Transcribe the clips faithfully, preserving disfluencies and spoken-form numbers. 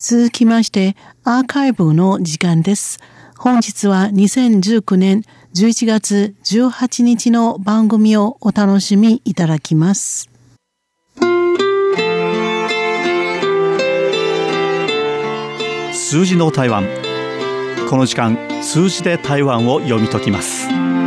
続きましてアーカイブの時間です。本日はにせんじゅうきゅうねんじゅういちがつじゅうはちにちの番組をお楽しみいただきます。 数字の台湾。この時間、数字で台湾を読み解きます。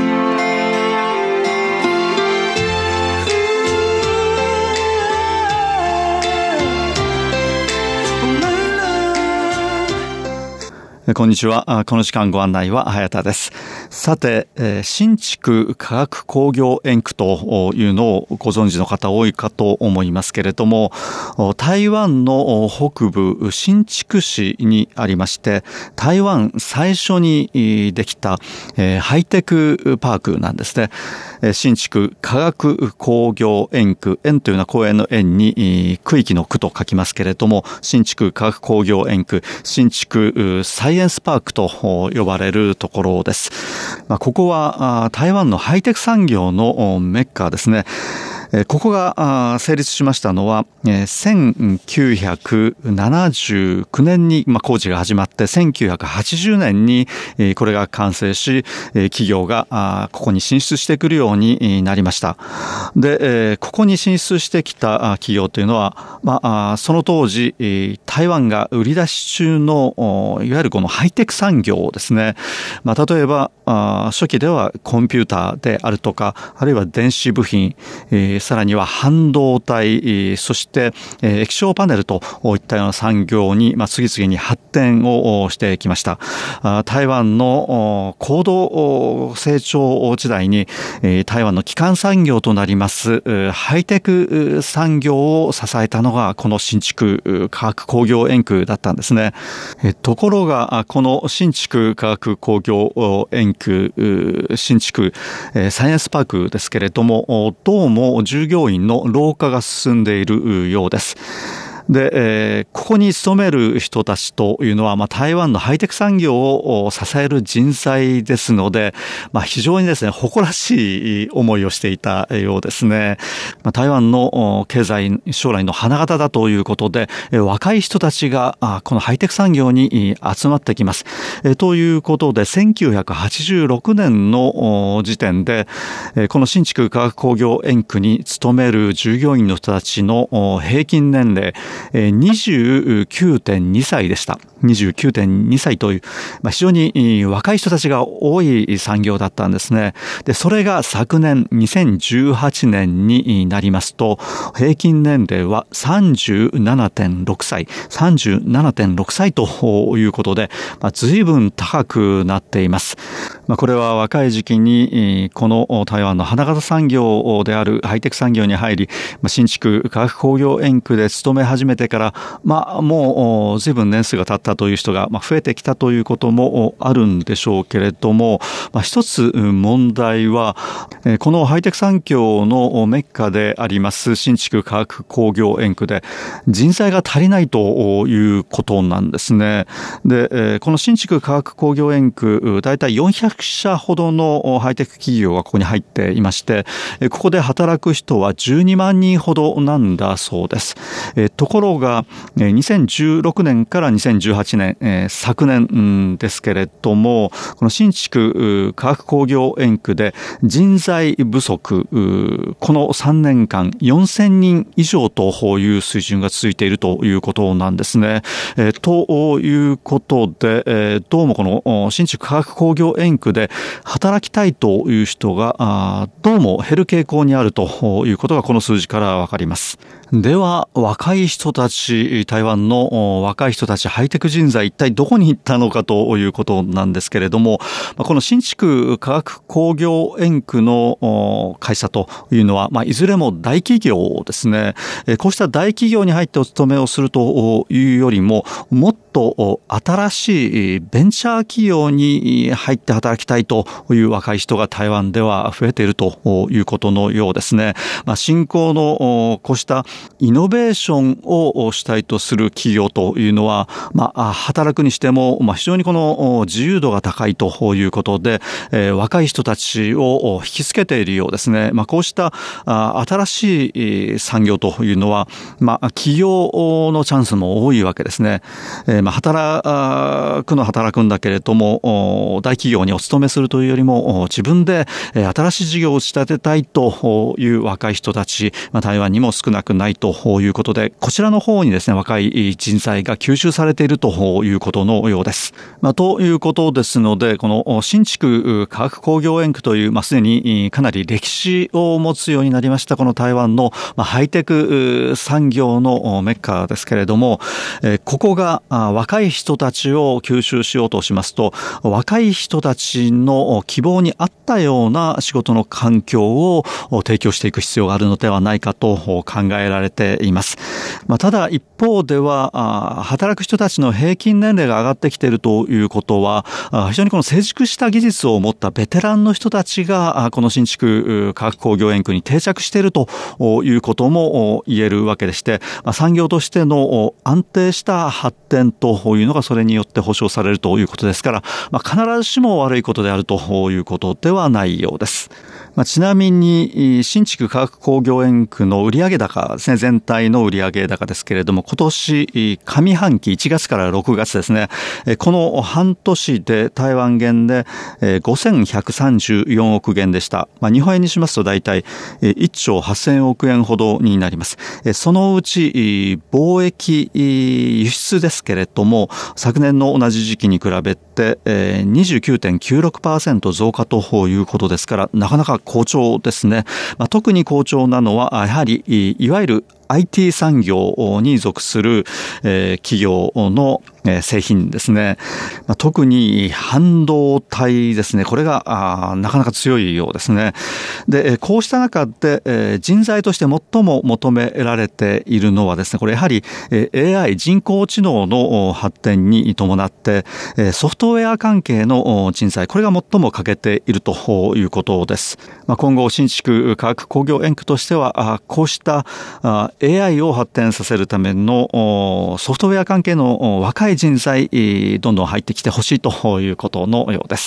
こんにちは。この時間ご案内は早田です。さて、新築科学工業園区というのをご存知の方多いかと思いますけれども、台湾の北部新竹市にありまして、台湾最初にできたハイテクパークなんですね。新築科学工業園区、園というのは公園の園に区域の区と書きますけれども、新築科学工業園区、新築サイエンスパークと呼ばれるところです。まあ、ここは台湾のハイテク産業のメッカですね。ここが成立しましたのはせんきゅうひゃくななじゅうきゅうねんに工事が始まってせんきゅうひゃくはちじゅうねんにこれが完成し、企業がここに進出してくるようになりました。で、ここに進出してきた企業というのは、まあ、その当時台湾が売り出し中のいわゆるこのハイテク産業ですね。まあ、例えば初期ではコンピューターであるとか、あるいは電子部品、さらには半導体、そして液晶パネルといったような産業に次々に発展をしてきました。台湾の高度成長時代に台湾の基幹産業となりますハイテク産業を支えたのがこの新築科学工業園区だったんですね。ところがこの新築科学工業園区、新築サイエンスパークですけれども、どうも従業員の老化が進んでいるようです。で、えー、ここに勤める人たちというのは、まあ、台湾のハイテク産業を支える人材ですので、まあ、非常にですね、誇らしい思いをしていたようですね。まあ、台湾の経済将来の花形だということで、若い人たちがこのハイテク産業に集まってきます。ということで、せんきゅうひゃくはちじゅうろくねんの時点で、この新築科学工業園区に勤める従業員の人たちの平均年齢、にじゅうきゅうてんにさいでした。にじゅうきゅうてんにさいという、まあ、非常に若い人たちが多い産業だったんですね。で、それが昨年にせんじゅうはちねんになりますと、平均年齢は さんじゅうななてんろくさい、さんじゅうななてんろくさいということで、まあ、随分高くなっています。まあ、これは若い時期にこの台湾の花形産業であるハイテク産業に入り、新築科学工業園区で勤め始めてから、まあ、もう随分年数が経ったという人が増えてきたということもあるんでしょうけれども、まあ、一つ問題は、このハイテク産業のメッカであります新築科学工業園区で人材が足りないということなんですね。で、この新築科学工業園区、だいたいよんひゃくしゃほどのハイテク企業がここに入っていまして、ここで働く人はじゅうにまんにんほどなんだそうです。ところがにせんじゅうろくねんからにせんじゅうはちねん、えー、昨年ですけれども、この新築科学工業園区で人材不足、このさんねんかんよんせんにん以上という水準が続いているということなんですね。えー、ということで、えー、どうもこの新築科学工業園区で働きたいという人がどうも減る傾向にあるということがこの数字からわかります。では、若い人たち、台湾の若い人たち、ハイテク人材、一体どこに行ったのかということなんですけれども、この新築科学工業園区の会社というのは、まあ、いずれも大企業ですね。こうした大企業に入ってお勤めをするというよりも、もっと新しいベンチャー企業に入って働きたいという若い人が台湾では増えているということのようですね。まあ、新興のこうしたイノベーションをしたいとする企業というのは、まあ、働くにしても、まあ、非常にこの自由度が高いということで、えー、若い人たちを引きつけているようですね。まあ、こうした新しい産業というのは、まあ、企業のチャンスも多いわけですね。えー、まあ、働くのは働くんだけれども、大企業にお勤めするというよりも、自分で新しい事業を仕立てたいという若い人たち、まあ、台湾にも少なくないということで、こちらの方にですね、若い人材が吸収されているということのようです。まあ、ということですので、この新築科学工業園区という、まあ、すでにかなり歴史を持つようになりました、この台湾のハイテク産業のメッカですけれども、ここが若い人たちを吸収しようとしますと、若い人たちの希望に合ったような仕事の環境を提供していく必要があるのではないかと考えられています。まあ、ただ一方では、働く人たちの平均年齢が上がってきているということは、非常にこの成熟した技術を持ったベテランの人たちがこの新築科学工業園区に定着しているということも言えるわけでして、産業としての安定した発展というのがそれによって保証されるということですから、まあ、必ずしも悪いことであるということではないようです。まあ、ちなみに新築科学工業園区の売上高ですね、全体の売上高ですけれども、今年上半期いちがつからろくがつですね、この半年で台湾元でごせんひゃくさんじゅうよんおくげんでした。まあ、日本円にしますと大体いっちょうはっせんおくえんほどになります。そのうち貿易輸出ですけれども、昨年の同じ時期に比べて にじゅうきゅうてんきゅうろくパーセント 増加ということですから、なかなか好調ですね。まあ、特に好調なのはやはりいわゆるアイティー 産業に属する企業の製品ですね。特に半導体ですね。これがなかなか強いようですね。で、こうした中で人材として最も求められているのはですね、これやはり エーアイ 人工知能の発展に伴ってソフトウェア関係の人材、これが最も欠けているということです。今後新築科学工業園区としてはこうしたエーアイ を発展させるためのソフトウェア関係の若い人材、どんどん入ってきてほしいということのようです。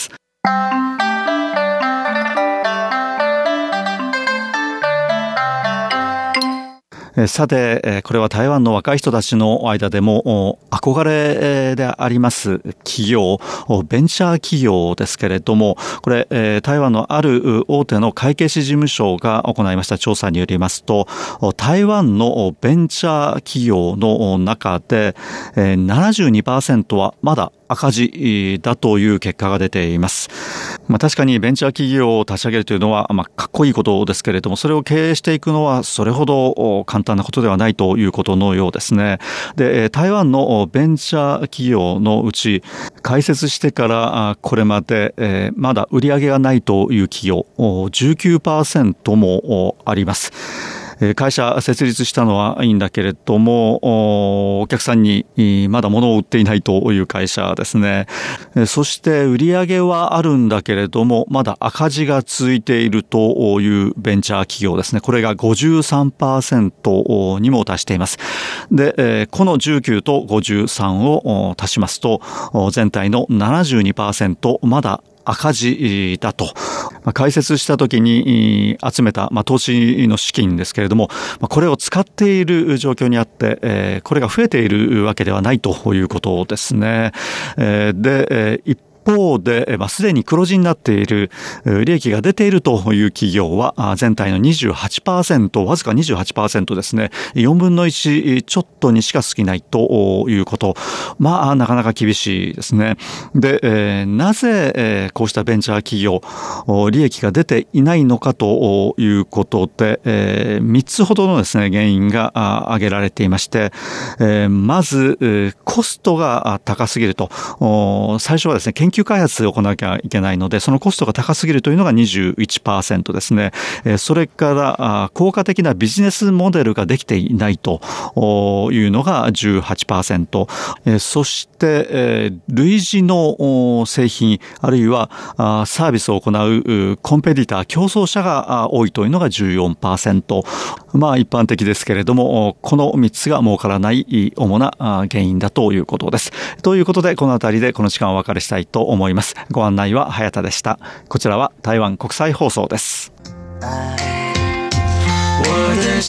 さて、これは台湾の若い人たちの間でも憧れであります企業、ベンチャー企業ですけれども、これ台湾のある大手の会計士事務所が行いました調査によりますと、台湾のベンチャー企業の中で ななじゅうにパーセント はまだ赤字だという結果が出ています。まあ、確かにベンチャー企業を立ち上げるというのは、まあ、かっこいいことですけれども、それを経営していくのはそれほど簡単なことではないということのようですね。で、台湾のベンチャー企業のうち、開設してからこれまでまだ売り上げがないという企業 じゅうきゅうパーセント もあります。会社設立したのはいいんだけれども、お客さんにまだ物を売っていないという会社ですね。そして売り上げはあるんだけれども、まだ赤字が続いているというベンチャー企業ですね。これが ごじゅうさんパーセント にも達しています。で、このじゅうきゅうとごじゅうさんを足しますと、全体の ななじゅうにパーセント まだ赤字だと。開設した時に集めた、まあ、投資の資金ですけれども、これを使っている状況にあって、これが増えているわけではないということですね。で、一一方で、まあ、すでに黒字になっている、利益が出ているという企業は、全体の にじゅうはちパーセント、わずか にじゅうはちパーセント ですね。よんぶんのいちちょっとにしか過ぎないということ。まあ、なかなか厳しいですね。で、えー、なぜ、えー、こうしたベンチャー企業、利益が出ていないのかということで、えー、みっつほどのですね、原因が挙げられていまして、えー、まず、コストが高すぎると。最初はですね、研究究開発を行わなきゃいけないので、そのコストが高すぎるというのが にじゅういちパーセント ですね。それから効果的なビジネスモデルができていないというのが じゅうはちパーセント、そして類似の製品あるいはサービスを行うコンペティター競争者が多いというのが じゅうよんパーセント。まあ一般的ですけれども、このみっつが儲からない主な原因だということです。ということで、このあたりでこの時間お別れしたいと思います。ご案内は早田でした。こちらは台湾国際放送です。